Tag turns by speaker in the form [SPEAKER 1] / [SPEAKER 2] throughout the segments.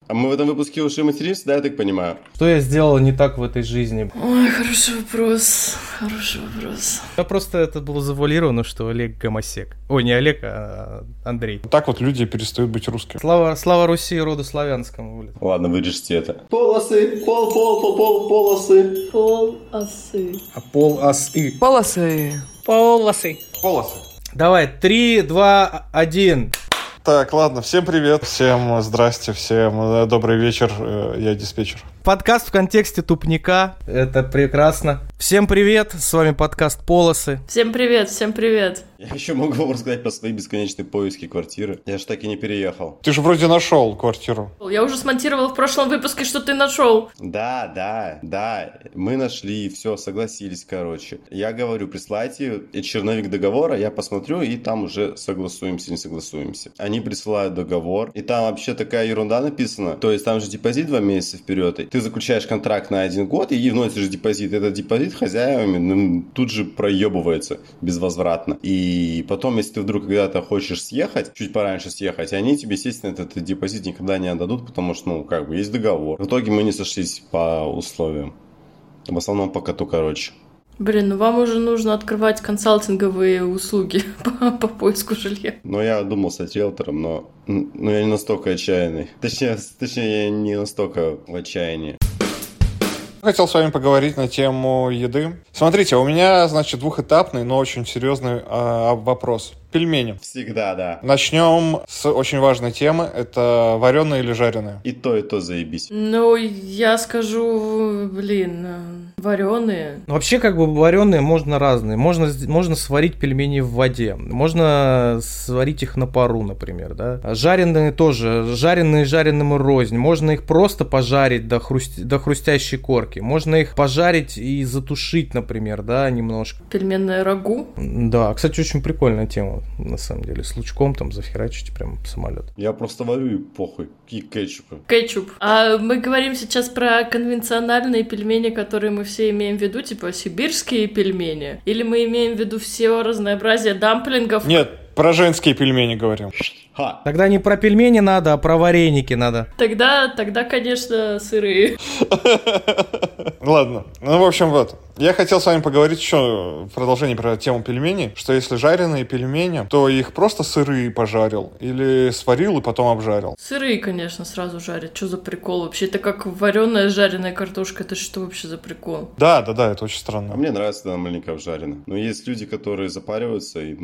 [SPEAKER 1] А мы в этом выпуске уже материмся, да, я так понимаю?
[SPEAKER 2] Что я сделал не так в этой жизни?
[SPEAKER 3] Ой, хороший вопрос. Хороший вопрос.
[SPEAKER 2] Я просто это было завуалировано, что Олег гомосек. Ой, не Олег, а Андрей.
[SPEAKER 4] Так вот люди перестают быть русскими.
[SPEAKER 2] Слава Руси и роду славянскому. Блин.
[SPEAKER 1] Ладно, вырежьте это. Полосы, полосы.
[SPEAKER 3] Полосы.
[SPEAKER 2] А полосы.
[SPEAKER 3] Полосы.
[SPEAKER 5] Полосы.
[SPEAKER 4] Полосы.
[SPEAKER 2] Давай, 3, 2, 1.
[SPEAKER 4] Так, ладно, всем привет, всем здрасте, всем добрый вечер, я диспетчер.
[SPEAKER 2] Подкаст в контексте тупника. Это прекрасно. Всем привет, с вами подкаст «Полосы».
[SPEAKER 3] Всем привет, всем привет.
[SPEAKER 1] Я еще могу вам рассказать про свои бесконечные поиски квартиры. Я ж так и не переехал.
[SPEAKER 4] Ты же вроде нашел квартиру.
[SPEAKER 3] Я уже смонтировал в прошлом выпуске, что ты нашел.
[SPEAKER 1] Да, мы нашли, все, согласились, короче. Я говорю, присылайте черновик договора, я посмотрю, и там уже согласуемся, не согласуемся. Они присылают договор, и там вообще такая ерунда написана. То есть там же депозит 2 месяца вперед, и ты заключаешь контракт на 1 год и вносишь депозит. Этот депозит хозяевами тут же проебывается безвозвратно. И потом, если ты вдруг когда-то хочешь съехать, чуть пораньше съехать, они тебе, естественно, этот депозит никогда не отдадут, потому что, есть договор. В итоге мы не сошлись по условиям. В основном по коту, короче.
[SPEAKER 3] Блин, вам уже нужно открывать консалтинговые услуги по поиску жилья.
[SPEAKER 1] Я думал стать риэлтором, но я не настолько отчаянный. Точнее, я не настолько в отчаянии.
[SPEAKER 4] Хотел с вами поговорить на тему еды. Смотрите, у меня, двухэтапный, но очень серьезный вопрос. Пельмени.
[SPEAKER 1] Всегда, да.
[SPEAKER 4] Начнем с очень важной темы. Это вареные или жареные?
[SPEAKER 1] И то заебись.
[SPEAKER 3] Я скажу, вареные.
[SPEAKER 2] Вообще, вареные можно разные. Можно сварить пельмени в воде. Можно сварить их на пару, например, да. Жареные тоже. Жареные жареному рознь. Можно их просто пожарить до хрустящей корки. Можно их пожарить и затушить, например, да, немножко.
[SPEAKER 3] Пельменное рагу?
[SPEAKER 2] Да, кстати, очень прикольная тема. На самом деле, с лучком там захерачить прям самолет.
[SPEAKER 1] Я просто варю и похуй. Какие кетчупы.
[SPEAKER 3] Кетчуп. А мы говорим сейчас про конвенциональные пельмени, которые мы все имеем в виду, типа сибирские пельмени? Или мы имеем в виду все разнообразие дамплингов?
[SPEAKER 4] Нет, про женские пельмени говорим.
[SPEAKER 2] Тогда не про пельмени надо, а про вареники надо.
[SPEAKER 3] Тогда, конечно, сырые.
[SPEAKER 4] Ладно. В общем, Я хотел с вами поговорить еще в продолжении про тему пельменей, что если жареные пельмени, то их просто сырые пожарил или сварил и потом обжарил?
[SPEAKER 3] Сырые, конечно, сразу жарят. Что за прикол вообще? Это как вареная жареная картошка. Это что вообще за прикол?
[SPEAKER 4] Да, это очень странно.
[SPEAKER 1] А мне нравится, когда маленько обжарено. Но есть люди, которые запариваются и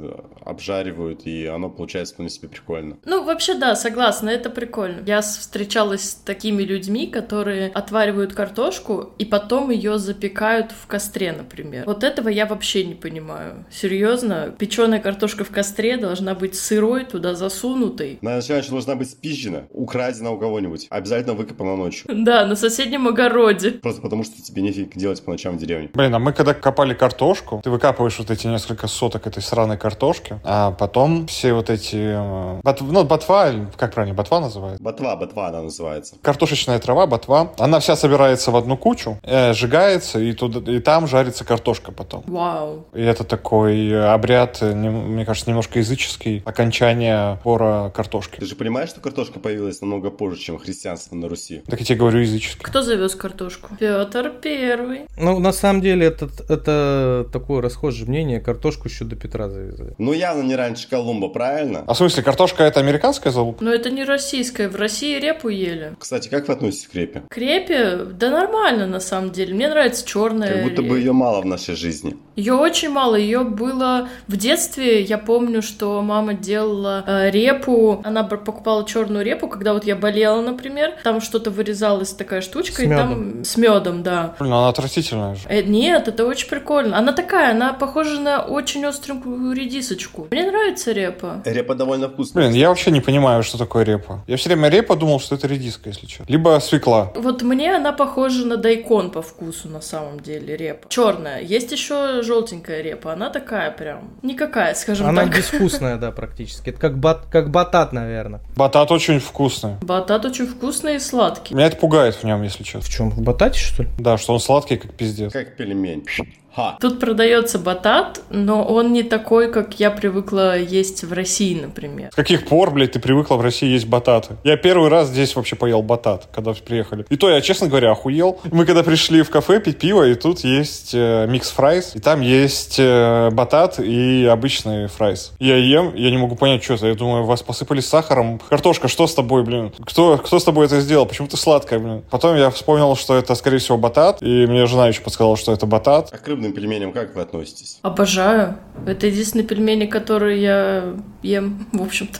[SPEAKER 1] обжаривают, и оно получается вполне себе прикольно.
[SPEAKER 3] Вообще, да, согласна, это прикольно. Я встречалась с такими людьми, которые отваривают картошку и потом ее запекают в костре, например. Вот этого я вообще не понимаю. Серьезно? Печеная картошка в костре должна быть сырой, туда засунутой.
[SPEAKER 1] Она должна быть спизжена, украдена у кого-нибудь. Обязательно выкопана ночью.
[SPEAKER 3] Да, на соседнем огороде.
[SPEAKER 1] Просто потому, что тебе нефиг делать по ночам в деревне.
[SPEAKER 4] А мы когда копали картошку, ты выкапываешь эти несколько соток этой сраной картошки, а потом все эти... ботва, как правильно, ботва называется?
[SPEAKER 1] Ботва она называется.
[SPEAKER 4] Картошечная трава, ботва. Она вся собирается в одну кучу, сжигается, и там жарится картошка потом.
[SPEAKER 3] Вау.
[SPEAKER 4] И это такой обряд, мне кажется, немножко языческий, окончание пора картошки.
[SPEAKER 1] Ты же понимаешь, что картошка появилась намного позже, чем христианство на Руси?
[SPEAKER 4] Так я тебе говорю, языческий.
[SPEAKER 3] Кто завез картошку? Петр Первый.
[SPEAKER 2] На самом деле, это такое расхожее мнение. Картошку еще до Петра завезли.
[SPEAKER 1] Явно не раньше Колумба, правильно?
[SPEAKER 4] А в смысле, картошка это американская залупа?
[SPEAKER 3] Но это не российская. В России репу ели.
[SPEAKER 1] Кстати, как вы относитесь к репе?
[SPEAKER 3] К репе? Да нормально, на самом деле. Мне нравится черная.
[SPEAKER 1] Как будто бы ее мало в нашей жизни.
[SPEAKER 3] Ее очень мало. Ее было в детстве. Я помню, что мама делала репу. Она покупала черную репу, когда я болела, например. Там что-то вырезалась такая штучка. С медом, да.
[SPEAKER 4] Блин, она отвратительная же.
[SPEAKER 3] Нет, это очень прикольно. Она она похожа на очень остренькую редисочку. Мне нравится репа.
[SPEAKER 1] Репа довольно вкусная.
[SPEAKER 4] Блин, я вообще не понимаю, что такое репа. Я все время репа думал, что это редиска, если что. Либо свекла.
[SPEAKER 3] Мне она похожа на дайкон по вкусу, на самом деле, репа. Черная. Есть еще желтенькая репа. Она такая прям никакая, скажем
[SPEAKER 2] так. Она безвкусная, да, практически. Это как батат, наверное.
[SPEAKER 4] Батат очень вкусный.
[SPEAKER 3] Батат очень вкусный и сладкий.
[SPEAKER 4] Меня это пугает в нем, если честно.
[SPEAKER 2] В чем? В батате, что ли?
[SPEAKER 4] Да, что он сладкий, как пиздец.
[SPEAKER 1] Как пельмень. Ха.
[SPEAKER 3] Тут продается батат, но он не такой, как я привыкла есть в России, например.
[SPEAKER 4] С каких пор, блядь, ты привыкла в России есть бататы? Я первый раз здесь вообще поел батат, когда приехали. И то я, честно говоря, охуел. Мы когда пришли в кафе пить пиво, и тут есть микс-фрайс, и там есть батат и обычный фрайс. Я ем, я не могу понять, что это. Я думаю, вас посыпали сахаром. Картошка, что с тобой, блин? Кто с тобой это сделал? Почему ты сладкая, блин? Потом я вспомнил, что это, скорее всего, батат, и мне жена еще подсказала, что это батат.
[SPEAKER 1] А к рыбным пельменям как вы относитесь?
[SPEAKER 3] Обожаю. Это единственные пельмени, которые я ем, в общем-то.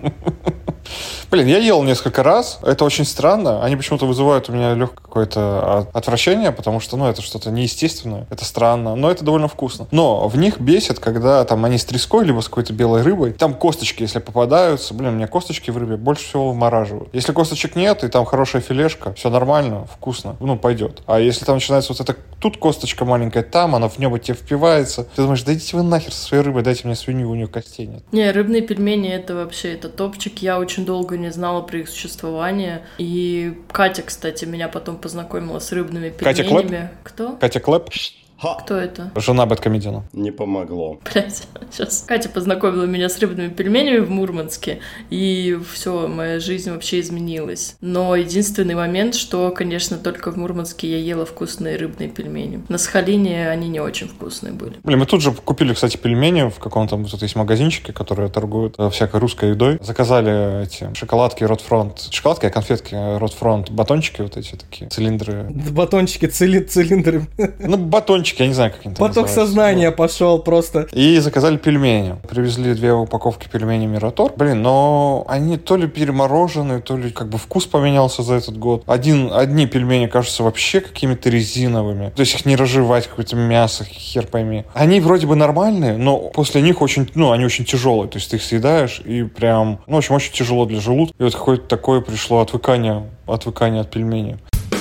[SPEAKER 4] Блин, я ел несколько раз. Это очень странно. Они почему-то вызывают у меня легкое какое-то отвращение, потому что, это что-то неестественное. Это странно, но это довольно вкусно. Но в них бесит, когда там они с треской, либо с какой-то белой рыбой. Там косточки, если попадаются. Блин, у меня косточки в рыбе больше всего вымораживают. Если косточек нет, и там хорошая филешка, все нормально, вкусно, пойдет. А если там начинается вот это, тут косточка маленькая, там она в небо тебе впивается. Ты думаешь, да идите вы нахер со своей рыбой, дайте мне свинью, у нее костей нет.
[SPEAKER 3] Не, рыбные пельмени это вообще, это топчик. Я очень долго не знала про их существование. И Катя, кстати, меня потом познакомила с рыбными пельменями.
[SPEAKER 4] Катя Клэп?
[SPEAKER 3] Кто?
[SPEAKER 4] Катя Клэп?
[SPEAKER 1] Ха!
[SPEAKER 3] Кто это?
[SPEAKER 4] Жена Бэдкомедиана.
[SPEAKER 1] Не помогло.
[SPEAKER 3] Блять, сейчас. Катя познакомила меня с рыбными пельменями в Мурманске, и все, моя жизнь вообще изменилась. Но единственный момент, что, конечно, только в Мурманске я ела вкусные рыбные пельмени. На Сахалине они не очень вкусные были.
[SPEAKER 4] Блин, мы тут же купили, кстати, пельмени в каком-то тут есть магазинчике, которые торгуют всякой русской едой. Заказали эти шоколадки Ротфронт. Шоколадки, а конфетки Ротфронт. Батончики вот эти такие, цилиндры.
[SPEAKER 2] Батончики, цилиндры.
[SPEAKER 4] Батончики. Я не знаю, как они там
[SPEAKER 2] Поток
[SPEAKER 4] называются.
[SPEAKER 2] сознания пошел просто.
[SPEAKER 4] И заказали пельмени. Привезли 2 упаковки пельменей Мираторг. Блин, но они то ли переморожены, то ли вкус поменялся за этот год. Одни пельмени кажутся вообще какими-то резиновыми. То есть их не разжевать, какое-то мясо, хер пойми. Они вроде бы нормальные, но после них они очень тяжелые. То есть ты их съедаешь и прям, в общем, очень тяжело для желудка. И вот какое-то такое пришло отвыкание от пельменей.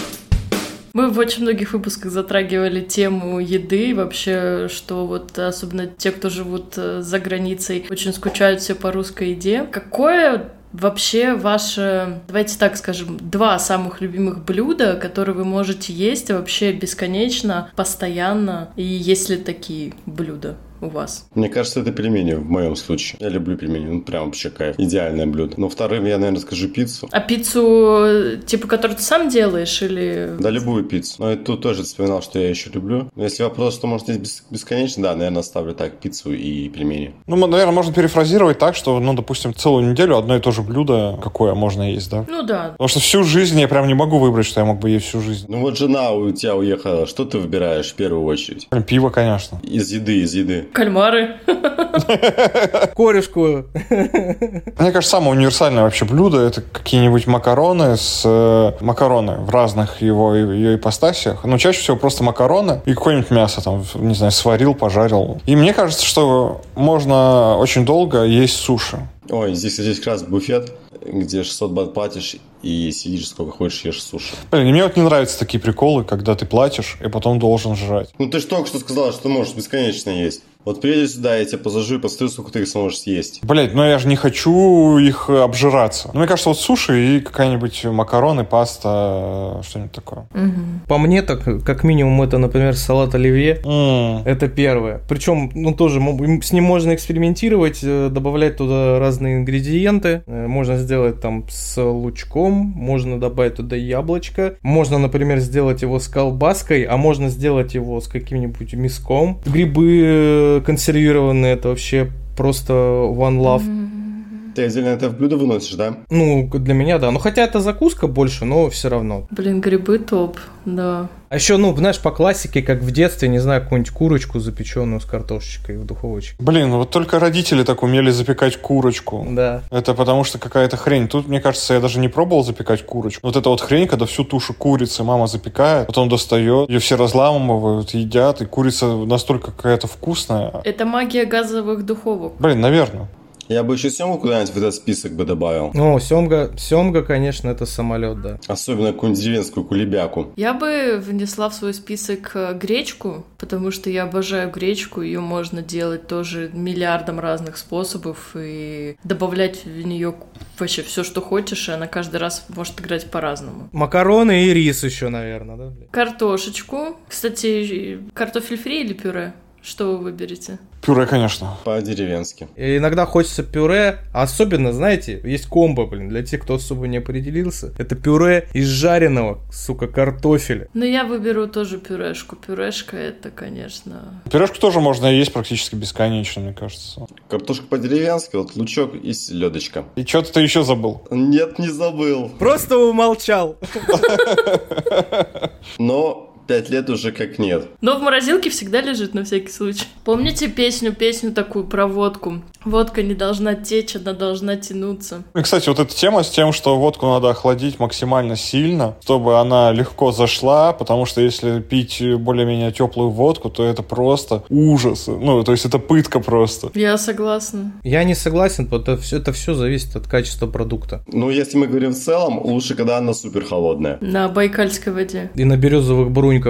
[SPEAKER 3] Мы в очень многих выпусках затрагивали тему еды, вообще, что вот особенно те, кто живут за границей, очень скучают все по русской еде. Какое вообще ваше, давайте так скажем, 2 самых любимых блюда, которые вы можете есть вообще бесконечно, постоянно, и есть ли такие блюда у вас?
[SPEAKER 1] Мне кажется, это пельмени в моем случае. Я люблю пельмени, прям вообще кайф. Идеальное блюдо. Но вторым я, наверное, скажу пиццу.
[SPEAKER 3] А пиццу, типа, которую ты сам делаешь, или...
[SPEAKER 1] Да, любую пиццу. Но и тут тоже вспоминал, что я еще люблю. Но если вопрос, что можно есть бесконечно, да, наверное, ставлю так, пиццу и пельмени.
[SPEAKER 4] Наверное, можно перефразировать так, что, допустим, целую неделю одно и то же блюдо, какое можно есть, да?
[SPEAKER 3] Ну да.
[SPEAKER 4] Потому что всю жизнь я прям не могу выбрать, что я мог бы есть всю жизнь.
[SPEAKER 1] Ну вот жена у тебя уехала, что ты выбираешь в первую очередь?
[SPEAKER 4] Пиво, конечно.
[SPEAKER 1] Из еды.
[SPEAKER 3] Кальмары.
[SPEAKER 2] Корешку.
[SPEAKER 4] Мне кажется, самое универсальное вообще блюдо — это какие-нибудь макароны в разных ее ипостасях. Но чаще всего просто макароны и какое-нибудь мясо там, не знаю, сварил, пожарил. И мне кажется, что можно очень долго есть суши.
[SPEAKER 1] Ой, здесь как раз буфет, где 600 бат платишь и сидишь сколько хочешь, ешь суши.
[SPEAKER 4] Блин, мне вот не нравятся такие приколы, когда ты платишь и потом должен жрать.
[SPEAKER 1] Ну ты же только что сказала, что ты можешь бесконечно есть. Вот приедешь сюда, я тебя посажу и посмотрю, сколько ты их сможешь съесть.
[SPEAKER 4] Блять, но я же не хочу их обжираться. Мне кажется, вот суши и какая-нибудь макароны, паста, что-нибудь такое.
[SPEAKER 2] По мне, так как минимум, это, например, салат оливье. Это первое. Причем, тоже с ним можно экспериментировать, добавлять туда разные ингредиенты. Можно сделать там с лучком, можно добавить туда яблочко. Можно, например, сделать его с колбаской, а можно сделать его с каким-нибудь мяском. Грибы консервированные, это вообще просто one love.
[SPEAKER 1] Ты отдельно это в блюдо выносишь, да?
[SPEAKER 2] Ну, для меня, да. Ну, хотя это закуска больше, но все равно.
[SPEAKER 3] Блин, грибы топ, да.
[SPEAKER 2] А еще, знаешь, по классике, как в детстве, не знаю, какую-нибудь курочку запеченную с картошечкой в духовочке.
[SPEAKER 4] Блин, вот только родители так умели запекать курочку.
[SPEAKER 2] Да.
[SPEAKER 4] Это потому что какая-то хрень. Тут, мне кажется, я даже не пробовал запекать курочку. Вот эта вот хрень, когда всю тушу курицы мама запекает, потом достает, ее все разламывают, едят, и курица настолько какая-то вкусная.
[SPEAKER 3] Это магия газовых духовок.
[SPEAKER 4] Блин, наверное.
[SPEAKER 1] Я бы еще семгу куда-нибудь в этот список бы добавил.
[SPEAKER 2] Ну, семга, конечно, это самолет, да.
[SPEAKER 1] Особенно какую-нибудь деревенскую кулебяку.
[SPEAKER 3] Я бы внесла в свой список гречку, потому что я обожаю гречку, ее можно делать тоже миллиардом разных способов и добавлять в нее вообще все, что хочешь, и она каждый раз может играть по-разному.
[SPEAKER 2] Макароны и рис еще, наверное, да?
[SPEAKER 3] Картошечку. Кстати, картофель фри или пюре? Что вы выберете?
[SPEAKER 4] Пюре, конечно.
[SPEAKER 1] По-деревенски.
[SPEAKER 2] И иногда хочется пюре, особенно, знаете, есть комбо, для тех, кто особо не определился. Это пюре из жареного, сука, картофеля.
[SPEAKER 3] Но я выберу тоже пюрешку. Пюрешка это, конечно...
[SPEAKER 4] Пюрешку тоже можно есть практически бесконечно, мне кажется.
[SPEAKER 1] Картошка по-деревенски, вот лучок и селедочка.
[SPEAKER 4] И что-то ты еще забыл.
[SPEAKER 1] Нет, не забыл.
[SPEAKER 2] Просто умолчал.
[SPEAKER 1] Но 5 лет уже как нет.
[SPEAKER 3] Но в морозилке всегда лежит на всякий случай. Помните песню такую про водку? Водка не должна течь, она должна тянуться.
[SPEAKER 4] И, кстати, вот эта тема с тем, что водку надо охладить максимально сильно, чтобы она легко зашла, потому что если пить более-менее теплую водку, то это просто ужас. Ну, то есть это пытка просто.
[SPEAKER 3] Я согласна.
[SPEAKER 2] Я не согласен, потому что это все зависит от качества продукта.
[SPEAKER 1] Ну, если мы говорим в целом, лучше, когда она супер холодная.
[SPEAKER 3] На байкальской воде.
[SPEAKER 2] И на березовых бруньках.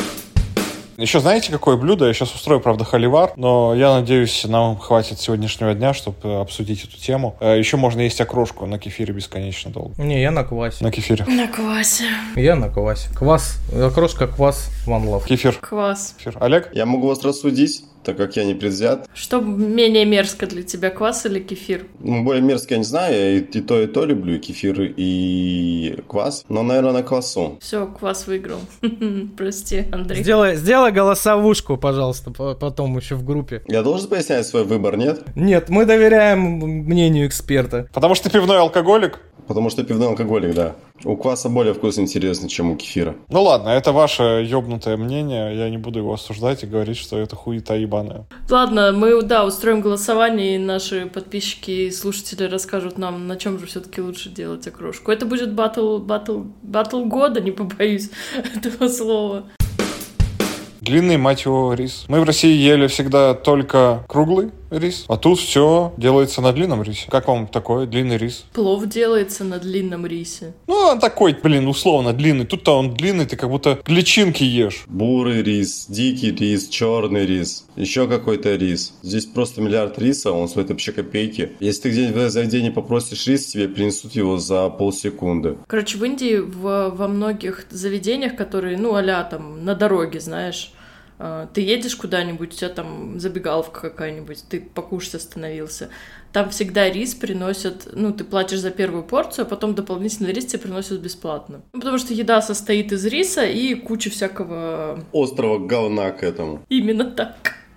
[SPEAKER 4] Еще знаете, какое блюдо? Я сейчас устрою, правда, холивар, но я надеюсь, нам хватит сегодняшнего дня, чтобы обсудить эту тему. Еще можно есть окрошку на кефире бесконечно долго.
[SPEAKER 2] Не, я на квасе.
[SPEAKER 4] На кефире.
[SPEAKER 3] На квасе.
[SPEAKER 2] Я на квасе. Квас, окрошка, квас, one love.
[SPEAKER 4] Кефир.
[SPEAKER 3] Квас.
[SPEAKER 4] Кефир. Олег?
[SPEAKER 1] Я могу вас рассудить, так как я не предвзят.
[SPEAKER 3] Что менее мерзко для тебя, квас или кефир?
[SPEAKER 1] Ну, более мерзко я не знаю, я и то люблю, и кефир, и квас. Но, наверное, на квасу.
[SPEAKER 3] Все, квас выиграл. Прости, Андрей.
[SPEAKER 2] Сделай голосовушку, пожалуйста, потом еще в группе.
[SPEAKER 1] Я должен пояснять свой выбор, нет?
[SPEAKER 2] Нет, мы доверяем мнению эксперта.
[SPEAKER 4] Потому что ты пивной алкоголик?
[SPEAKER 1] Потому что пивной алкоголик, да. У кваса более вкус интересный, чем у кефира.
[SPEAKER 4] Ну ладно, это ваше ёбнутое мнение, я не буду его осуждать и говорить, что это хуета ебаная.
[SPEAKER 3] Ладно, мы, устроим голосование, и наши подписчики и слушатели расскажут нам, на чем же все-таки лучше делать окрошку. Это будет батл года, не побоюсь этого слова.
[SPEAKER 4] Длинный, мать его, рис. Мы в России ели всегда только круглый рис, а тут все делается на длинном рисе. Как вам такой длинный рис?
[SPEAKER 3] Плов делается на длинном рисе.
[SPEAKER 4] Ну, он такой, условно длинный. Тут-то он длинный, ты как будто личинки ешь.
[SPEAKER 1] Бурый рис, дикий рис, черный рис, еще какой-то рис. Здесь просто миллиард риса, он стоит вообще копейки. Если ты где-нибудь в заведении попросишь рис, тебе принесут его за полсекунды.
[SPEAKER 3] Короче, в Индии во многих заведениях, которые, а-ля там на дороге, знаешь, ты едешь куда-нибудь, у тебя там забегаловка какая-нибудь, ты покушать остановился. Там всегда рис приносят, ты платишь за первую порцию, а потом дополнительный рис тебе приносят бесплатно. Потому что еда состоит из риса и кучи всякого...
[SPEAKER 1] Острого говна к этому.
[SPEAKER 3] Именно так.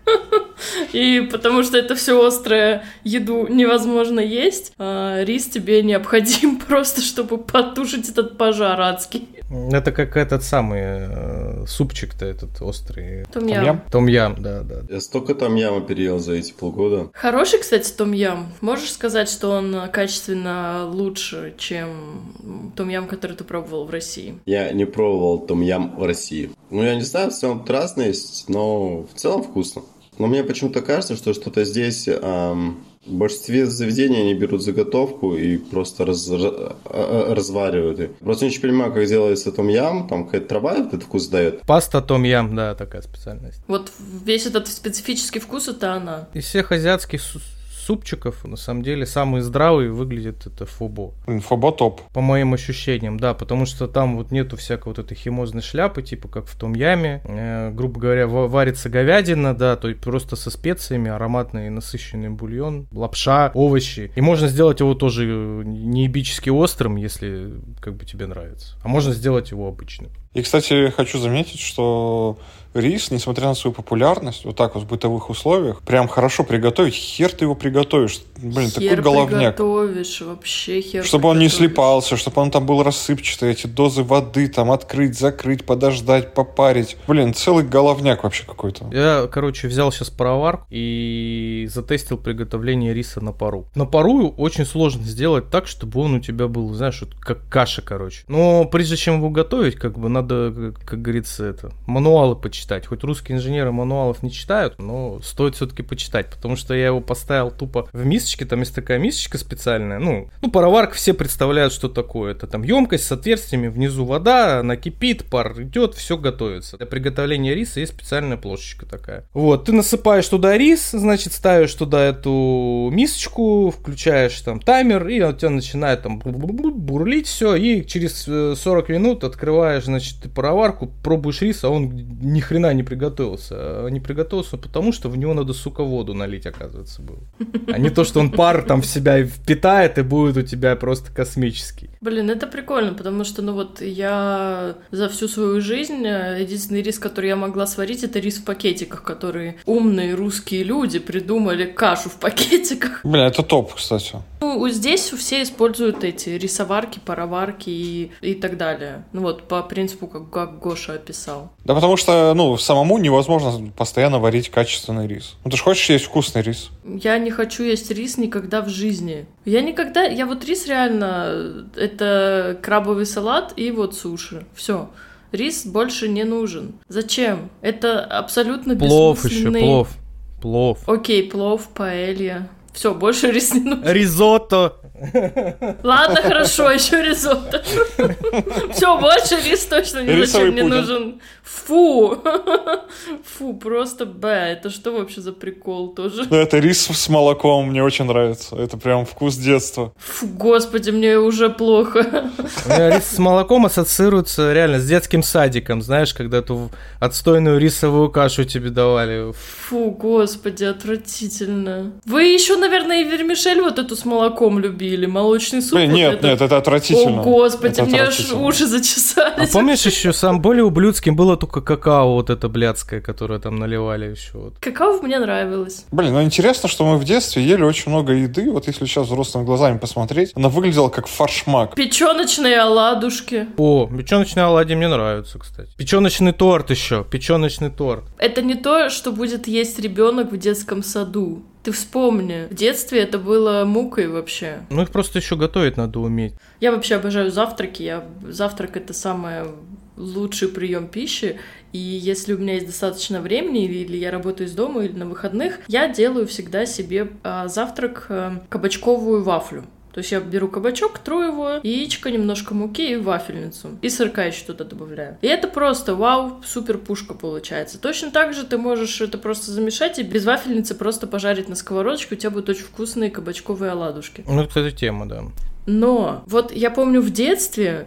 [SPEAKER 3] И потому что это все острое, еду невозможно есть, а рис тебе необходим просто, чтобы потушить этот пожар адский.
[SPEAKER 2] Это как этот самый супчик-то этот острый.
[SPEAKER 3] Том-ям.
[SPEAKER 2] Том-ям, да.
[SPEAKER 1] Я столько том-яма переел за эти полгода.
[SPEAKER 3] Хороший, кстати, том-ям. Можешь сказать, что он качественно лучше, чем том-ям, который ты пробовал в России?
[SPEAKER 1] Я не пробовал том-ям в России. Я не знаю, в целом разное есть, но в целом вкусно. Но мне почему-то кажется, что что-то здесь... В большинстве заведений они берут заготовку и просто разваривают ее. Просто не очень понимаю, как делается том-ям, там какая-то трава этот вкус дает.
[SPEAKER 2] Паста том-ям, да, такая специальность.
[SPEAKER 3] Вот весь этот специфический вкус — это она.
[SPEAKER 2] Из всех азиатских супчиков, на самом деле, самый здравый выглядит это фобо.
[SPEAKER 4] Фобо топ.
[SPEAKER 2] По моим ощущениям, да, потому что там вот нету всякой вот этой химозной шляпы, типа как в том-яме. Грубо говоря, варится говядина, да, то есть просто со специями, ароматный насыщенный бульон, лапша, овощи. И можно сделать его тоже неебически острым, если как бы тебе нравится. А можно сделать его обычным.
[SPEAKER 4] И, кстати, хочу заметить, что рис, несмотря на свою популярность, вот так вот в бытовых условиях, прям хорошо приготовить, хер ты его приготовишь. Блин, такой головняк.
[SPEAKER 3] Приготовишь, вообще хер
[SPEAKER 4] чтобы он не слипался, чтобы он там был рассыпчатый, эти дозы воды там открыть, закрыть, подождать, попарить. Блин, целый головняк вообще какой-то.
[SPEAKER 2] Я, взял сейчас пароварку и затестил приготовление риса на пару. На пару очень сложно сделать так, чтобы он у тебя был, знаешь, вот как каша, Но прежде чем его готовить, надо надо, как говорится, мануалы почитать. Хоть русские инженеры мануалов не читают, но стоит все-таки почитать, потому что я его поставил тупо в мисочке, там есть такая мисочка специальная, ну, пароварка все представляют, что такое. Это там емкость с отверстиями, внизу вода, она кипит, пар идет, все готовится. Для приготовления риса есть специальная плошечка такая. Вот, ты насыпаешь туда рис, значит, ставишь туда эту мисочку, включаешь там таймер, и у тебя начинает там бурлить все, и через 40 минут открываешь, значит, ты пароварку, пробуешь рис, а он ни хрена не приготовился. Не приготовился, потому что в него надо, сука, воду налить, оказывается, было. А не то, что он пар там в себя впитает и будет у тебя просто космический.
[SPEAKER 3] Блин, это прикольно, потому что, ну вот, я за всю свою жизнь единственный рис, который я могла сварить, это рис в пакетиках, которые умные русские люди придумали кашу в пакетиках.
[SPEAKER 4] Блин, это топ, кстати.
[SPEAKER 3] Ну, здесь все используют эти рисоварки, пароварки и так далее. Ну вот, по принципу, как Гоша описал.
[SPEAKER 4] Да потому что, ну, самому невозможно постоянно варить качественный рис. Ну, ты же хочешь есть вкусный рис?
[SPEAKER 3] Я не хочу есть рис никогда в жизни. Я вот рис реально, это крабовый салат и вот суши. Все. Рис больше не нужен. Зачем? Это абсолютно бессмысленный...
[SPEAKER 2] Плов.
[SPEAKER 3] Окей, плов, паэлья. Все, больше рис не нужен.
[SPEAKER 2] Ризотто.
[SPEAKER 3] Ладно, хорошо, еще ризотто. Все, больше рис точно ни зачем не нужен. Фу, просто это что вообще за прикол тоже?
[SPEAKER 4] Ну, это рис с молоком, мне очень нравится. Это прям вкус детства.
[SPEAKER 3] Фу, господи, мне уже плохо.
[SPEAKER 2] У меня рис с молоком ассоциируется реально с детским садиком, знаешь, когда ту отстойную рисовую кашу тебе давали.
[SPEAKER 3] Фу, господи, отвратительно. Вы еще, наверное, и вермишель вот эту с молоком любили, молочный суп.
[SPEAKER 4] Нет, это отвратительно.
[SPEAKER 3] О, господи, мне аж уши зачесались.
[SPEAKER 2] А помнишь еще, сам более ублюдским было только какао, вот это блядское, которое там наливали еще. Вот.
[SPEAKER 3] Какао мне нравилось.
[SPEAKER 4] Блин, ну интересно, что мы в детстве ели очень много еды, вот если сейчас взрослыми глазами посмотреть, она выглядела как форшмак.
[SPEAKER 3] Печеночные оладушки.
[SPEAKER 2] О, печеночные оладьи мне нравятся, кстати. Печеночный торт еще, печеночный торт.
[SPEAKER 3] Это не то, что будет есть ребенок в детском саду. Ты вспомни, в детстве это было мукой вообще.
[SPEAKER 2] Ну их просто еще готовить надо уметь.
[SPEAKER 3] Я вообще обожаю завтраки. Завтрак — это самый лучший прием пищи. И если у меня есть достаточно времени, или я работаю из дома, или на выходных, я делаю всегда себе завтрак кабачковую вафлю. То есть я беру кабачок, тру его, яичко, немножко муки и вафельницу. И сырка еще туда добавляю. И это просто вау, супер пушка получается. Точно так же ты можешь это просто замешать и без вафельницы просто пожарить на сковородочке. У тебя будут очень вкусные кабачковые оладушки.
[SPEAKER 2] Ну, это, кстати, тема, да.
[SPEAKER 3] Но вот я помню в детстве,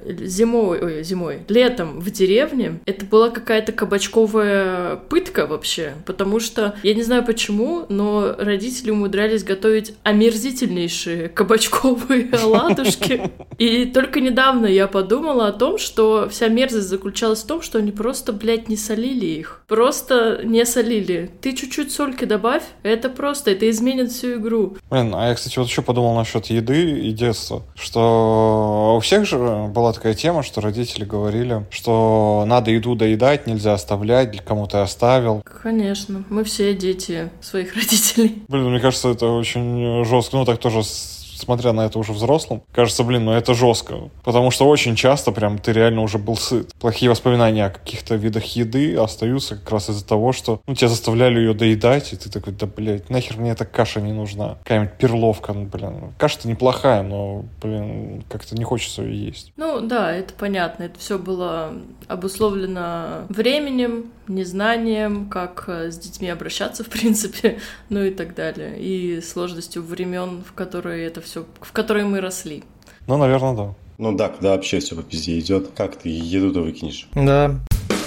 [SPEAKER 3] летом в деревне, это была какая-то кабачковая пытка вообще, потому что, я не знаю почему, но родители умудрялись готовить омерзительнейшие кабачковые оладушки. И только недавно я подумала о том, что вся мерзость заключалась в том, что они просто, блядь, не солили их. Просто не солили. Ты чуть-чуть сольки добавь, это изменит всю игру.
[SPEAKER 4] Блин, а я, кстати, вот еще подумал насчет еды и детства. Что у всех же была такая тема, что родители говорили, что надо еду доедать, нельзя оставлять, для кому-то оставил.
[SPEAKER 3] Конечно, мы все дети своих родителей.
[SPEAKER 4] Блин, мне кажется, это очень жестко. Ну, так тоже смотря на это уже взрослым, кажется, это жестко. Потому что очень часто прям ты реально уже был сыт. Плохие воспоминания о каких-то видах еды остаются как раз из-за того, что тебя заставляли ее доедать, и ты такой, да, блядь, нахер мне эта каша не нужна. Какая-нибудь перловка, Каша-то неплохая, но, как-то не хочется ее есть.
[SPEAKER 3] Ну, да, это понятно. Это все было обусловлено временем, незнанием, как с детьми обращаться, в принципе, ну и так далее. И сложностью времен, в которые мы росли.
[SPEAKER 4] Ну, наверное, да.
[SPEAKER 1] Ну да, когда вообще все по пизде идет, как ты еду-то выкинешь?
[SPEAKER 2] Да.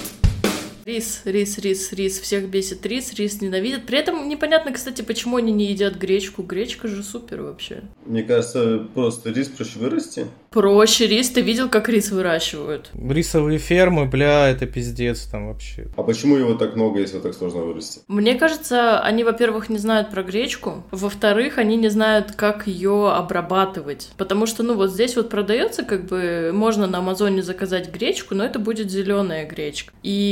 [SPEAKER 3] Рис. Всех бесит рис ненавидят. При этом непонятно, кстати, почему они не едят гречку. Гречка же супер вообще.
[SPEAKER 1] Мне кажется, просто рис проще вырасти.
[SPEAKER 3] Проще рис. Ты видел, как рис выращивают?
[SPEAKER 2] Рисовые фермы, это пиздец там вообще.
[SPEAKER 1] А почему его так много, если так сложно вырасти?
[SPEAKER 3] Мне кажется, они, во-первых, не знают про гречку. Во-вторых, они не знают, как ее обрабатывать. Потому что, вот здесь вот продается, можно на Амазоне заказать гречку, но это будет зеленая гречка. И как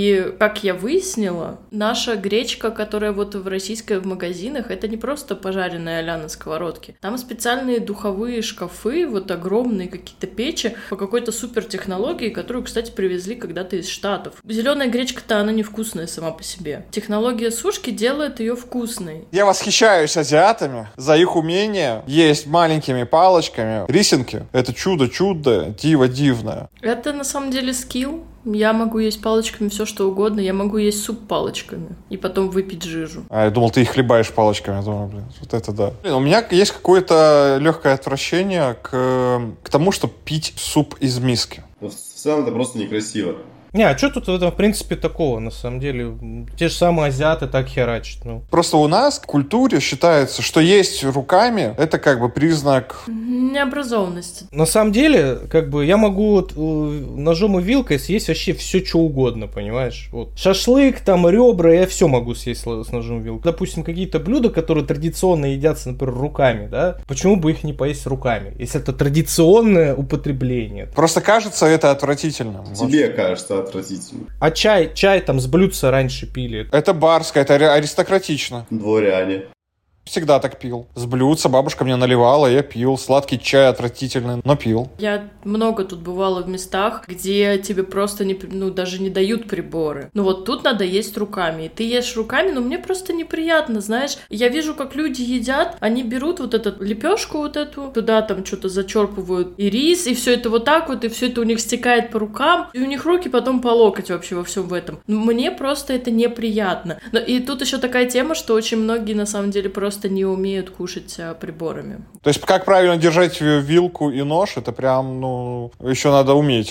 [SPEAKER 3] как я выяснила, наша гречка, которая вот в российской в магазинах, это не просто пожаренная а-ля на сковородке. Там специальные духовые шкафы, вот огромные какие-то печи по какой-то супертехнологии, которую, кстати, привезли когда-то из Штатов. Зеленая гречка-то, она невкусная сама по себе. Технология сушки делает ее вкусной.
[SPEAKER 4] Я восхищаюсь азиатами за их умение есть маленькими палочками рисинки. Это чудо-чудо, диво дивное.
[SPEAKER 3] Это на самом деле скилл. Я могу есть палочками все что угодно. Я могу есть суп палочками и потом выпить жижу.
[SPEAKER 4] А я думал, ты их хлебаешь палочками. Я думал, блин, вот это да. Блин, у меня есть какое-то легкое отвращение к тому, чтобы пить суп из миски.
[SPEAKER 1] В целом это просто некрасиво.
[SPEAKER 2] Не, а что тут в этом, в принципе, такого, на самом деле? Те же самые азиаты так херачат, ну.
[SPEAKER 4] Просто у нас в культуре считается, что есть руками, это как бы признак...
[SPEAKER 3] Необразованности.
[SPEAKER 2] На самом деле, как бы, я могу вот ножом и вилкой съесть вообще все, что угодно, понимаешь? Вот. Шашлык, там, ребра, я все могу съесть с ножом и вилкой. Допустим, какие-то блюда, которые традиционно едятся, например, руками, да? Почему бы их не поесть руками, если это традиционное употребление?
[SPEAKER 4] Просто кажется это отвратительным.
[SPEAKER 1] Тебе кажется отвратительно.
[SPEAKER 2] А чай там с блюдца раньше пили.
[SPEAKER 4] Это барское, это аристократично.
[SPEAKER 1] Дворяне.
[SPEAKER 4] Всегда так пил. С блюдца бабушка мне наливала, я пил. Сладкий чай отвратительный, но пил.
[SPEAKER 3] Я много тут бывала в местах, где тебе просто даже не дают приборы. Ну вот тут надо есть руками. И ты ешь руками, но мне просто неприятно, знаешь. Я вижу, как люди едят, они берут вот эту лепешку вот эту, туда там что-то зачерпывают и рис, и все это вот так вот, и все это у них стекает по рукам, и у них руки потом по локоть вообще во всем в этом. Мне просто это неприятно. И тут еще такая тема, что очень многие на самом деле просто не умеют кушать приборами.
[SPEAKER 4] То есть как правильно держать вилку и нож, это прям, еще надо уметь.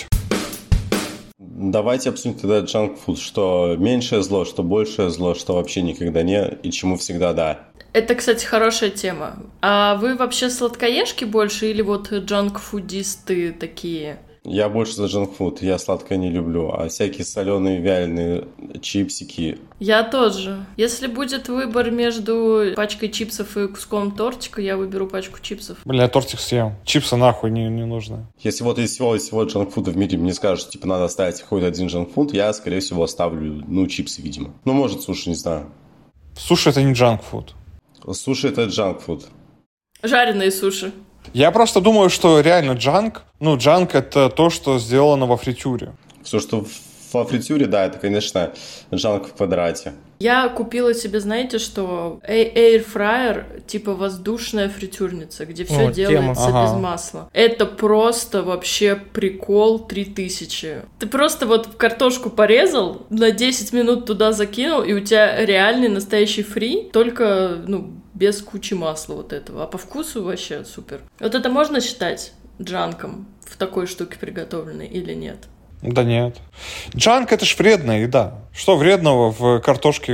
[SPEAKER 1] Давайте обсудим тогда джанк-фуд, что меньшее зло, что большее зло, что вообще никогда не, и чему всегда да.
[SPEAKER 3] Это, кстати, хорошая тема. А вы вообще сладкоежки больше или вот джанк-фудисты такие?
[SPEAKER 1] Я больше за джанк-фуд, я сладкое не люблю, а всякие соленые, вяленые чипсики.
[SPEAKER 3] Я тоже. Если будет выбор между пачкой чипсов и куском тортика, я выберу пачку чипсов.
[SPEAKER 4] Блин, я тортик съем. Чипсы нахуй не нужны.
[SPEAKER 1] Если вот из всего джанк-фуда в мире мне скажут, что типа надо оставить какой-то один джанк-фуд, я, скорее всего, оставлю, чипсы, видимо. Может, суши, не знаю.
[SPEAKER 4] Суши — это не джанк-фуд.
[SPEAKER 1] Суши — это джанк-фуд.
[SPEAKER 3] Жареные суши.
[SPEAKER 4] Я просто думаю, что реально джанк, джанк — это то, что сделано во фритюре.
[SPEAKER 1] Все, что во фритюре, да, это, конечно, джанк в квадрате.
[SPEAKER 3] Я купила себе, знаете, что эйрфрайер, типа воздушная фритюрница, где все делается без масла. Это просто вообще прикол 3000. Ты просто вот картошку порезал, на 10 минут туда закинул, и у тебя реальный настоящий фри, только, без кучи масла вот этого. А по вкусу вообще супер. Вот это можно считать джанком в такой штуке приготовленной или нет?
[SPEAKER 4] Да нет. Джанк — это ж вредная еда. Что вредного в картошке?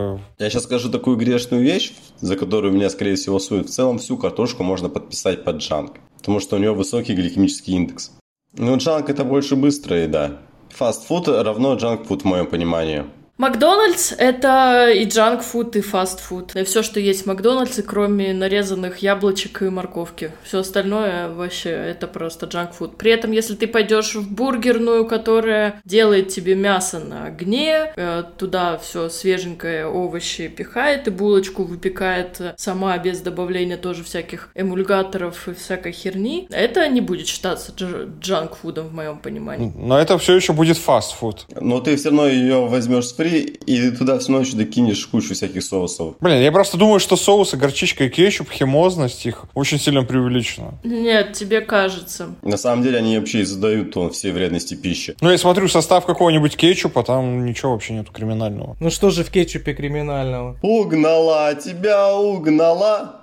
[SPEAKER 1] Я сейчас скажу такую грешную вещь, за которую меня, скорее всего, суют. В целом всю картошку можно подписать под джанк, потому что у нее высокий гликемический индекс. Джанк — это больше быстрая еда. Фастфуд равно джанк-фуд в моем понимании.
[SPEAKER 3] Макдональдс — это и джанк-фуд, и фастфуд. И все, что есть в Макдональдсе, кроме нарезанных яблочек и морковки. Все остальное вообще это просто джанк-фуд. При этом, если ты пойдешь в бургерную, которая делает тебе мясо на огне, туда все свеженькое, овощи пихает и булочку выпекает сама без добавления тоже всяких эмульгаторов и всякой херни, это не будет считаться джанк-фудом в моем понимании.
[SPEAKER 4] Но это все еще будет фастфуд.
[SPEAKER 1] Но ты все равно ее возьмешь с фри, и туда все равно еще докинешь кучу всяких соусов.
[SPEAKER 4] Блин, я просто думаю, что соусы, горчичка и кетчуп, химозность их очень сильно преувеличена.
[SPEAKER 3] Нет, тебе кажется.
[SPEAKER 1] На самом деле они вообще и задают тон всей вредности пищи.
[SPEAKER 4] Я смотрю состав какого-нибудь кетчупа, там ничего вообще нету криминального.
[SPEAKER 2] Что же в кетчупе криминального?
[SPEAKER 1] Угнала, тебя угнала.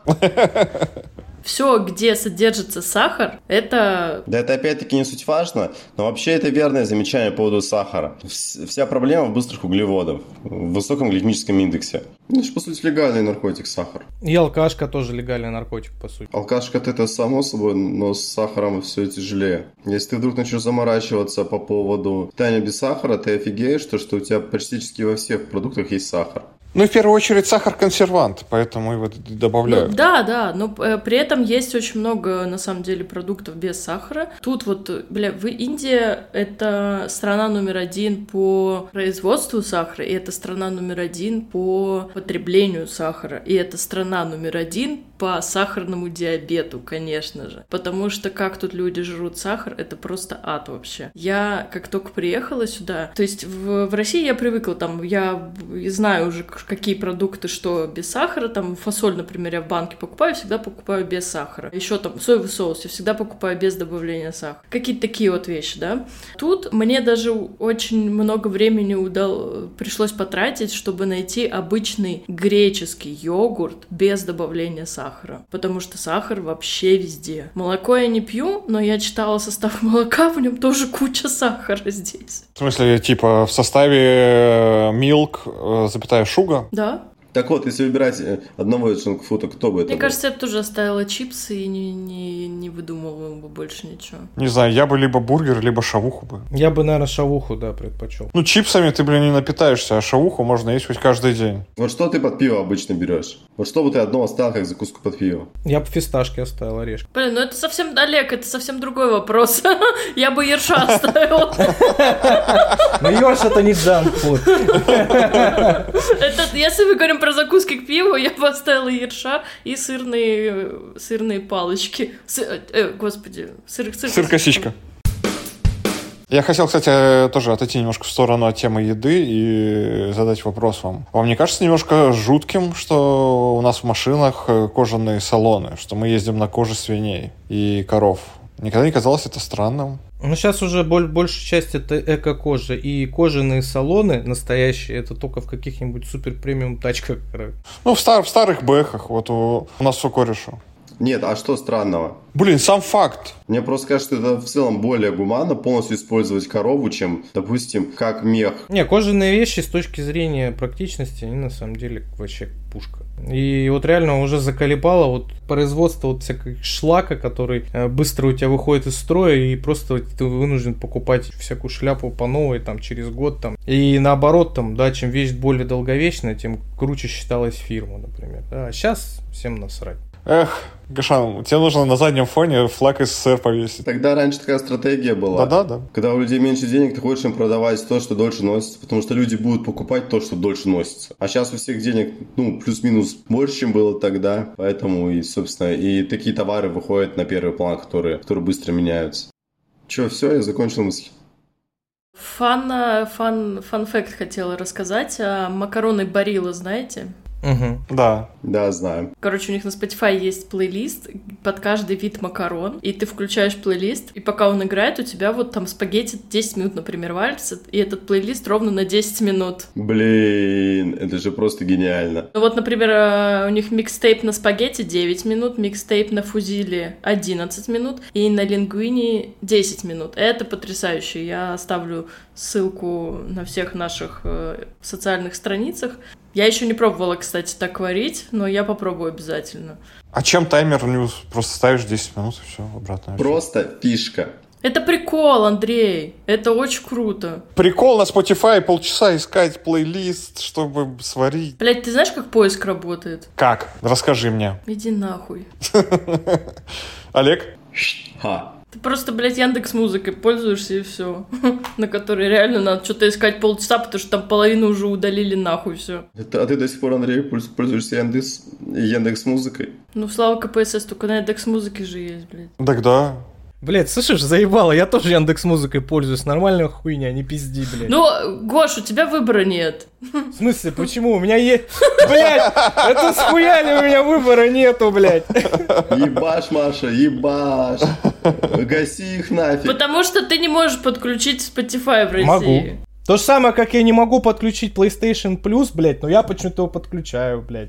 [SPEAKER 3] Все, где содержится сахар, это...
[SPEAKER 1] Да это опять-таки не суть важно, но вообще это верное замечание по поводу сахара. Вся проблема в быстрых углеводах, в высоком гликемическом индексе. Это же, по сути, легальный наркотик сахар.
[SPEAKER 2] И алкашка тоже легальный наркотик, по сути.
[SPEAKER 1] Алкашка-то это само собой, но с сахаром все тяжелее. Если ты вдруг начнешь заморачиваться по поводу питания без сахара, ты офигеешь, что у тебя практически во всех продуктах есть сахар.
[SPEAKER 4] Ну, и в первую очередь сахар-консервант, поэтому его добавляют.
[SPEAKER 3] Ну, да, но при этом есть очень много, на самом деле, продуктов без сахара. Тут вот, Индия — это страна номер 1 по производству сахара, и это страна номер 1 по потреблению сахара, и это страна номер 1 по сахарному диабету, конечно же. Потому что как тут люди жрут сахар, это просто ад вообще. Я как только приехала сюда, то есть в России я привыкла, там, я знаю уже, какие продукты, что без сахара, там, фасоль, например, я в банке покупаю, всегда покупаю без сахара. Еще там соевый соус я всегда покупаю без добавления сахара. Какие-то такие вот вещи, да. Тут мне даже очень много времени пришлось потратить, чтобы найти обычный греческий йогурт без добавления сахара. Потому что сахар вообще везде. Молоко я не пью, но я читала состав молока, в нем тоже куча сахара здесь.
[SPEAKER 4] В смысле, типа в составе milk, запятая sugar?
[SPEAKER 3] Да.
[SPEAKER 1] Так вот, если выбирать одного из джанк-фуда, кто бы это
[SPEAKER 3] Мне
[SPEAKER 1] был?
[SPEAKER 3] кажется, я бы тоже оставила чипсы и не выдумывала бы больше ничего.
[SPEAKER 4] Не знаю, я бы либо бургер, либо шавуху бы.
[SPEAKER 2] Я бы, наверное, шавуху, да, предпочел.
[SPEAKER 4] Ну, чипсами ты, не напитаешься, а шавуху можно есть хоть каждый день.
[SPEAKER 1] Вот что ты под пиво обычно берешь? Вот что бы ты одно оставил как закуску под пиво?
[SPEAKER 2] Я бы фисташки оставил, орешки.
[SPEAKER 3] Блин, ну это совсем, Олег, это совсем другой вопрос. Я бы ерша оставила.
[SPEAKER 2] Ну, ерш это не джанк-фуд.
[SPEAKER 3] Если мы говорим про закуски к пиву, я бы оставила ерша и сырные палочки. Господи,
[SPEAKER 4] Сыр-косичка. Я хотел, кстати, тоже отойти немножко в сторону от темы еды и задать вопрос вам. Вам не кажется немножко жутким, что у нас в машинах кожаные салоны, что мы ездим на коже свиней и коров? Никогда не казалось это странным?
[SPEAKER 2] Ну, сейчас уже большая часть это эко-кожа, и кожаные салоны настоящие, это только в каких-нибудь супер-премиум тачках.
[SPEAKER 4] Ну, в старых бэхах, вот у нас у кореша.
[SPEAKER 1] Нет, а что странного?
[SPEAKER 4] Блин, сам факт.
[SPEAKER 1] Мне просто кажется, что это в целом более гуманно полностью использовать корову, чем, допустим, как мех.
[SPEAKER 2] Не, кожаные вещи с точки зрения практичности, они на самом деле вообще пушка. И вот реально уже заколебало вот производство вот всякого шлака, который быстро у тебя выходит из строя, и просто ты вынужден покупать всякую шляпу по новой там через год там. И наоборот там, да, чем вещь более долговечная, тем круче считалась фирма, например. Да, а сейчас всем насрать.
[SPEAKER 4] Эх, Гошан, тебе нужно на заднем фоне флаг СССР повесить.
[SPEAKER 1] Тогда раньше такая стратегия была.
[SPEAKER 4] Да.
[SPEAKER 1] Когда у людей меньше денег, ты хочешь им продавать то, что дольше носится, потому что люди будут покупать то, что дольше носится. А сейчас у всех денег, плюс-минус больше, чем было тогда. Поэтому и, собственно, и такие товары выходят на первый план, которые быстро меняются. Че, все, я закончил мысль.
[SPEAKER 3] Фан-факт хотела рассказать. Макароны Барилла, знаете?
[SPEAKER 2] Угу.
[SPEAKER 1] Да, знаю.
[SPEAKER 3] Короче, у них на Spotify есть плейлист под каждый вид макарон, и ты включаешь плейлист, и пока он играет, у тебя вот там спагетти 10 минут, например, валится, и этот плейлист ровно на 10 минут.
[SPEAKER 1] Блин, это же просто гениально.
[SPEAKER 3] Ну вот, например, у них микстейп на спагетти 9 минут, микстейп на фузиле 11 минут, и на лингвини 10 минут. Это потрясающе. Я оставлю ссылку на всех наших социальных страницах. Я еще не пробовала, кстати, так варить, но я попробую обязательно.
[SPEAKER 4] А чем таймер? Просто ставишь 10 минут и все, обратно.
[SPEAKER 1] Просто фишка.
[SPEAKER 3] Это прикол, Андрей. Это очень круто.
[SPEAKER 4] Прикол на Spotify полчаса искать плейлист, чтобы сварить.
[SPEAKER 3] Блять, ты знаешь, как поиск работает?
[SPEAKER 4] Как? Расскажи мне.
[SPEAKER 3] Иди нахуй.
[SPEAKER 4] Олег?
[SPEAKER 1] Ха.
[SPEAKER 3] Ты просто, блядь, Яндекс.Музыкой пользуешься и все. На которой реально надо что-то искать полчаса, потому что там половину уже удалили нахуй все.
[SPEAKER 1] А ты до сих пор, Андрей, пользуешься Яндекс.Музыкой?
[SPEAKER 3] Ну, слава КПСС, только на Яндекс.Музыке же есть, блядь.
[SPEAKER 4] Так да.
[SPEAKER 2] Блядь, слышишь, заебало, я тоже Яндекс.Музыкой пользуюсь, нормальная хуйня, не пизди, блядь.
[SPEAKER 3] Ну, Гош, у тебя выбора нет.
[SPEAKER 2] В смысле, почему? У меня есть... Блядь, это схуяли, у меня выбора нету, блядь.
[SPEAKER 1] Ебашь, Маша, ебашь. Гаси их нафиг.
[SPEAKER 3] Потому что ты не можешь подключить Spotify в России.
[SPEAKER 2] Могу. То же самое, как я не могу подключить PlayStation Plus, блядь, но я почему-то его подключаю, блядь.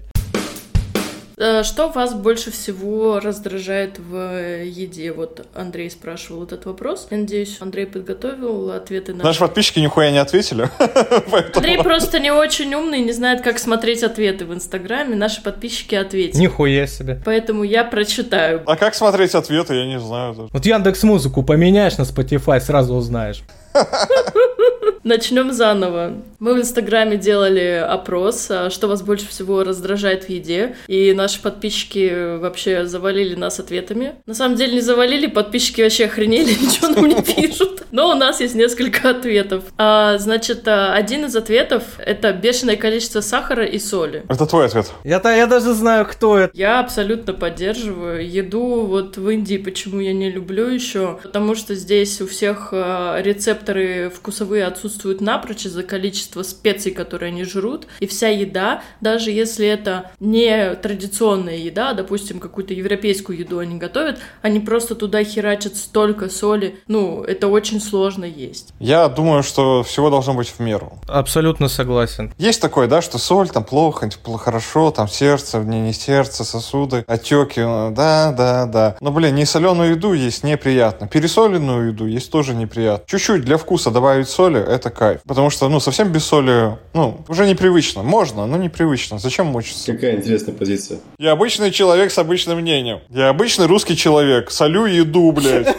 [SPEAKER 3] Что вас больше всего раздражает в еде? Вот Андрей спрашивал этот вопрос. Я надеюсь, Андрей подготовил ответы на...
[SPEAKER 4] Наши подписчики нихуя не ответили.
[SPEAKER 3] Андрей просто не очень умный, не знает, как смотреть ответы в Инстаграме. Наши подписчики ответят.
[SPEAKER 2] Нихуя себе.
[SPEAKER 3] Поэтому я прочитаю.
[SPEAKER 4] А как смотреть ответы, я не знаю даже.
[SPEAKER 2] Вот Яндекс.Музыку поменяешь на Spotify, сразу узнаешь.
[SPEAKER 3] Начнем заново. Мы в Инстаграме делали опрос, что вас больше всего раздражает в еде, и наши подписчики вообще завалили нас ответами. На самом деле не завалили, подписчики вообще охренели, ничего нам не пишут. Но у нас есть несколько ответов. Значит, один из ответов — это бешеное количество сахара и соли.
[SPEAKER 4] Это твой ответ.
[SPEAKER 2] Я даже знаю, кто это.
[SPEAKER 3] Я абсолютно поддерживаю. Еду вот в Индии почему я не люблю еще? Потому что здесь у всех рецепторы вкусовые отсутствуют напрочь из-за количества специй, которые они жрут. И вся еда, даже если это не традиционная еда, допустим, какую-то европейскую еду они готовят, они просто туда херачат столько соли. Ну, это очень сложно есть.
[SPEAKER 4] Я думаю, что всего должно быть в меру.
[SPEAKER 2] Абсолютно согласен.
[SPEAKER 4] Есть такое, да, что соль там плохо, хорошо, там сердце, не сердце, сосуды, отеки, да. Но, не соленую еду есть неприятно. Пересоленную еду есть тоже неприятно. Чуть-чуть для вкуса добавить соли, это кайф. Потому что, совсем без соли, уже непривычно. Можно, но непривычно. Зачем мучиться?
[SPEAKER 1] Какая интересная позиция.
[SPEAKER 4] Я обычный человек с обычным мнением. Я обычный русский человек. Солю еду, блядь.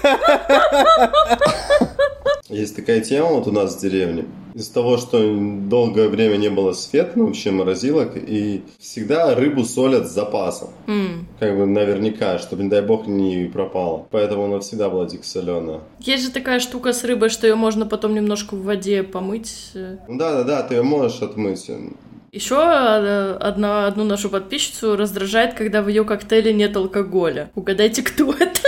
[SPEAKER 1] Есть такая тема вот у нас в деревне. Из-за того, что долгое время не было света, вообще морозилок, и всегда рыбу солят с запасом. Как бы наверняка, чтобы, не дай бог, не пропало. Поэтому она всегда была дико соленая.
[SPEAKER 3] Есть же такая штука с рыбой, что ее можно потом немножко в воде помыть.
[SPEAKER 1] Да, ты ее можешь отмыть.
[SPEAKER 3] Еще одну нашу подписчицу раздражает, когда в ее коктейле нет алкоголя. Угадайте, кто это?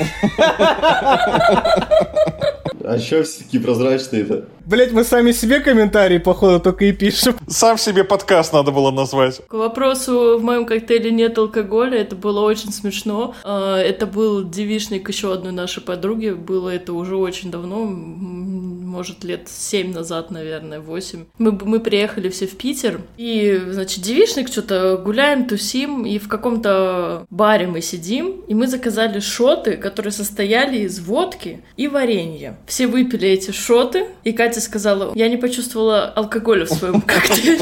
[SPEAKER 1] А что все такие прозрачные-то?
[SPEAKER 2] Блять, мы сами себе комментарии, походу, только и пишем.
[SPEAKER 4] Сам себе подкаст надо было назвать.
[SPEAKER 3] К вопросу, в моем коктейле нет алкоголя, это было очень смешно. Это был девичник еще одной нашей подруги. Было это уже очень давно, может, лет 7 назад, наверное, 8. Мы приехали все в Питер, и, значит, девичник, что-то гуляем, тусим, и в каком-то баре мы сидим, и мы заказали шоты, которые состояли из водки и варенья. Все выпили эти шоты, и Катя сказала: я не почувствовала алкоголя в своем коктейле.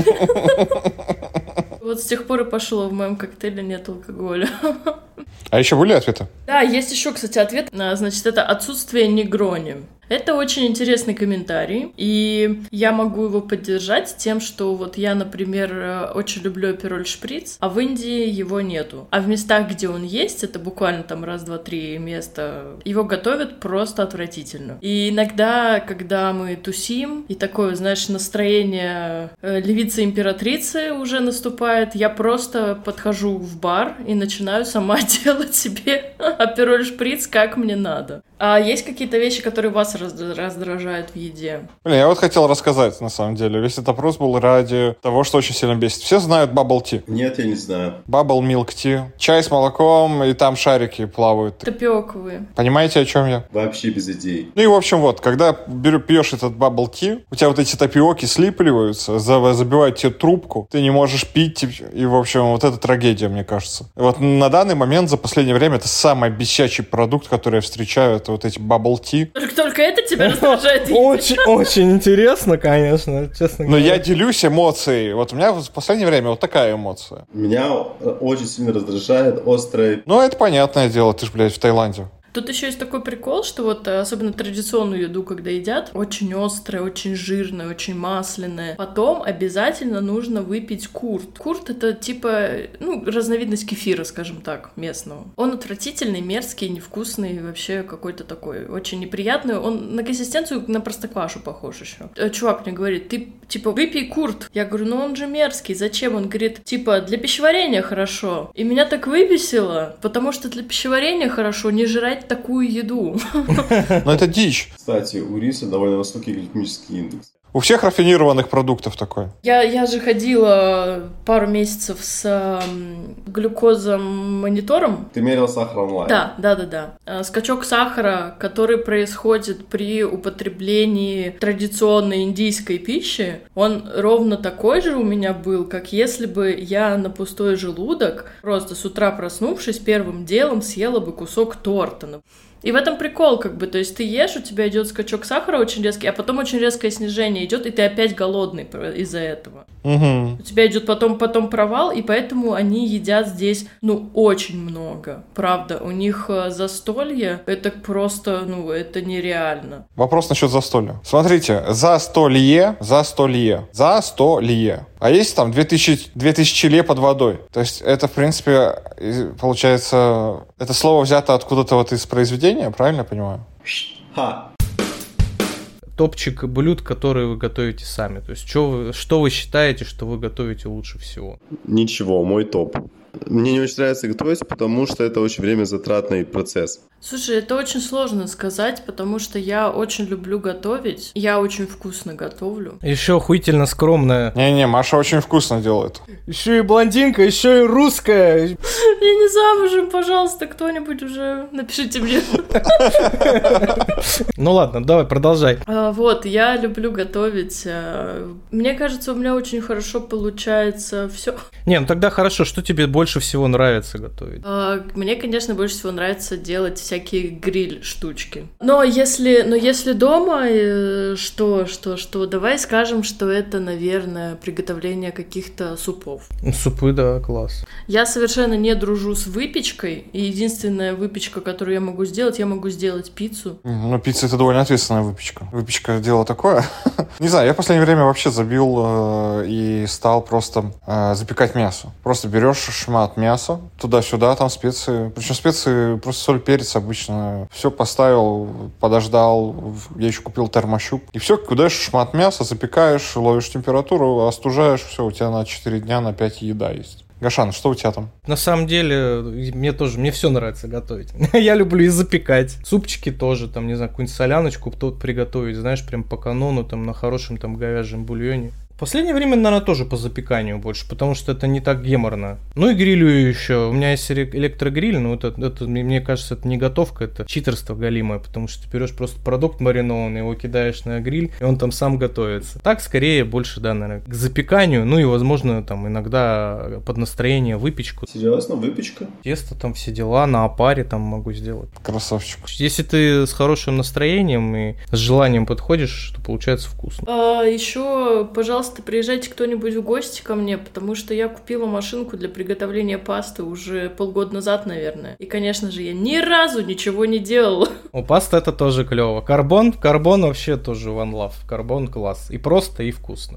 [SPEAKER 3] Вот с тех пор и пошло, в моем коктейле нет алкоголя.
[SPEAKER 4] А еще были ответы?
[SPEAKER 3] Да, есть еще, кстати, ответ. Значит, это отсутствие негрони. Это очень интересный комментарий, и я могу его поддержать тем, что вот я, например, очень люблю апероль шприц, а в Индии его нету. А в местах, где он есть, это буквально там раз, два, три места, его готовят просто отвратительно. И иногда, когда мы тусим, и такое, знаешь, настроение львицы-императрицы уже наступает, я просто подхожу в бар и начинаю сама делать себе апероль шприц, как мне надо. А есть какие-то вещи, которые вас раздражают в еде?
[SPEAKER 4] Я вот хотел рассказать, на самом деле. Весь этот опрос был ради того, что очень сильно бесит. Все знают bubble tea?
[SPEAKER 1] Нет, я не знаю.
[SPEAKER 4] Bubble milk tea. Чай с молоком, и там шарики плавают.
[SPEAKER 3] Тапиоковые.
[SPEAKER 4] Понимаете, о чем я?
[SPEAKER 1] Вообще без идей.
[SPEAKER 4] Ну и, в общем, вот, когда пьешь этот bubble tea, у тебя вот эти тапиоки слипливаются, забивают тебе трубку, ты не можешь пить, и, в общем, вот это трагедия, мне кажется. Вот на данный момент, за последнее время, это самый бесячий продукт, который я встречаю, это вот эти bubble tea.
[SPEAKER 3] Только это тебя раздражает?
[SPEAKER 2] Очень интересно, конечно, честно говоря.
[SPEAKER 4] Но я делюсь эмоцией. Вот у меня в последнее время вот такая эмоция.
[SPEAKER 1] Меня очень сильно раздражает острое...
[SPEAKER 4] Ну, это понятное дело, ты ж, блядь, в Таиланде.
[SPEAKER 3] Тут еще есть такой прикол, что вот особенно традиционную еду, когда едят, очень острая, очень жирная, очень масляная. Потом обязательно нужно выпить курт. Курт — это типа, разновидность кефира, скажем так, местного. Он отвратительный, мерзкий, невкусный, вообще какой-то такой, очень неприятный. Он на консистенцию на простоквашу похож еще. Чувак мне говорит: ты типа выпей курт. Я говорю: он же мерзкий, зачем? Он говорит: типа для пищеварения хорошо. И меня так выбесило, потому что для пищеварения хорошо не жрать такую еду.
[SPEAKER 4] Но это дичь.
[SPEAKER 1] Кстати, у риса довольно высокий гликемический индекс.
[SPEAKER 4] У всех рафинированных продуктов такой.
[SPEAKER 3] Я же ходила пару месяцев с глюкозом-монитором.
[SPEAKER 1] Ты мерила сахар онлайн?
[SPEAKER 3] Да. Скачок сахара, который происходит при употреблении традиционной индийской пищи, он ровно такой же у меня был, как если бы я на пустой желудок, просто с утра проснувшись, первым делом съела бы кусок торта. И в этом прикол, то есть ты ешь, у тебя идет скачок сахара очень резкий, а потом очень резкое снижение идет, и ты опять голодный из-за этого. У тебя идет потом провал, и поэтому они едят здесь, очень много. Правда, у них застолье, это просто, это нереально.
[SPEAKER 4] Вопрос насчет застолья. Смотрите, застолье. А есть там 2000 ле под водой. То есть это, в принципе, получается, это слово взято откуда-то вот из произведения, правильно я понимаю?
[SPEAKER 2] Топчик блюд, которые вы готовите сами. То есть что вы считаете, что вы готовите лучше всего?
[SPEAKER 1] Ничего, мой топ. Мне не очень нравится готовить, потому что это очень времязатратный процесс.
[SPEAKER 3] Слушай, это очень сложно сказать, потому что я очень люблю готовить. Я очень вкусно готовлю.
[SPEAKER 2] Еще охуительно скромная.
[SPEAKER 4] Не-не, Маша очень вкусно делает.
[SPEAKER 2] Еще и блондинка, еще и русская.
[SPEAKER 3] Я не замужем, пожалуйста, кто-нибудь уже напишите мне.
[SPEAKER 2] Ну ладно, давай, продолжай.
[SPEAKER 3] Вот, я люблю готовить. Мне кажется, у меня очень хорошо получается все.
[SPEAKER 2] Не, ну тогда хорошо, что тебе больше всего нравится готовить?
[SPEAKER 3] Мне, конечно, больше всего нравится делать всякие гриль-штучки. Но если дома, что, давай скажем, что это, наверное, приготовление каких-то супов.
[SPEAKER 2] Супы, да, класс.
[SPEAKER 3] Я совершенно не дружу с выпечкой, и единственная выпечка, которую я могу сделать пиццу.
[SPEAKER 4] Ну, пицца — это довольно ответственная выпечка. Выпечка — дело такое. Не знаю, я в последнее время вообще забил и стал просто запекать мясо. Просто берешь шмат мяса, туда-сюда, там специи. Причем специи просто соль, перец обычно. Все поставил, подождал. Я еще купил термощуп. И все, кидаешь шмат мяса, запекаешь, ловишь температуру, остужаешь. Все, у тебя на 4 дня, на 5 еда есть. Гошан, что у тебя там?
[SPEAKER 2] На самом деле, мне все нравится готовить. Я люблю и запекать. Супчики тоже, там, не знаю, какую-нибудь соляночку приготовить, знаешь, прям по канону, там, на хорошем там говяжьем бульоне. В последнее время, наверное, тоже по запеканию больше, потому что это не так геморно. Ну и грилю еще. У меня есть электрогриль, но это, мне кажется, это не готовка, это читерство галимое, потому что ты берешь просто продукт маринованный, его кидаешь на гриль, и он там сам готовится. Так, скорее, больше, да, наверное, к запеканию, ну и, возможно, там иногда под настроение выпечку.
[SPEAKER 1] Серьезно, выпечка?
[SPEAKER 2] Тесто, там все дела, на опаре там могу сделать.
[SPEAKER 4] Красавчик.
[SPEAKER 2] Если ты с хорошим настроением и с желанием подходишь, то получается вкусно.
[SPEAKER 3] Еще, пожалуйста, приезжайте кто-нибудь в гости ко мне, потому что я купила машинку для приготовления пасты уже полгода назад, наверное. И, конечно же, я ни разу ничего не делала.
[SPEAKER 2] Паста — это тоже клево. Карбон вообще тоже one love. Карбон класс. И просто, и вкусно.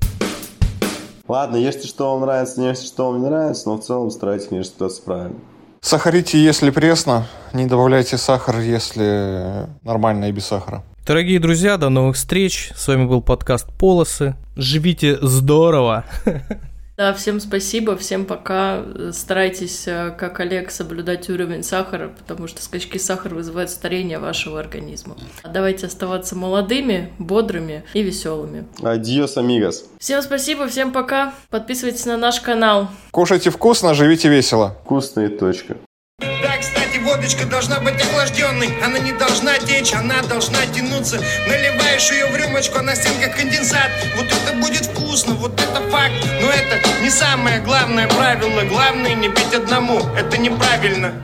[SPEAKER 1] Ладно, ешьте, что вам нравится, не ешьте, что вам не нравится, но в целом старайтесь, конечно, питаться правильно.
[SPEAKER 4] Сахарите, если пресно. Не добавляйте сахар, если нормально и без сахара.
[SPEAKER 2] Дорогие друзья, до новых встреч. С вами был подкаст «Полосы». Живите здорово.
[SPEAKER 3] Да, всем спасибо, всем пока. Старайтесь, как Олег, соблюдать уровень сахара, потому что скачки сахара вызывают старение вашего организма. Давайте оставаться молодыми, бодрыми и веселыми.
[SPEAKER 1] Адьос, амигос.
[SPEAKER 3] Всем спасибо, всем пока. Подписывайтесь на наш канал.
[SPEAKER 4] Кушайте вкусно, живите весело.
[SPEAKER 1] Вкусно и точка.
[SPEAKER 5] Да, кстати, водочка должна быть охлажденной. Она не должна течь, она должна тянуться. Наливаешь ее в рюмочку, она стенка конденсат. Вот это будет вкусно, вот это факт. Но это не самое главное правило. Главное не пить одному, это неправильно.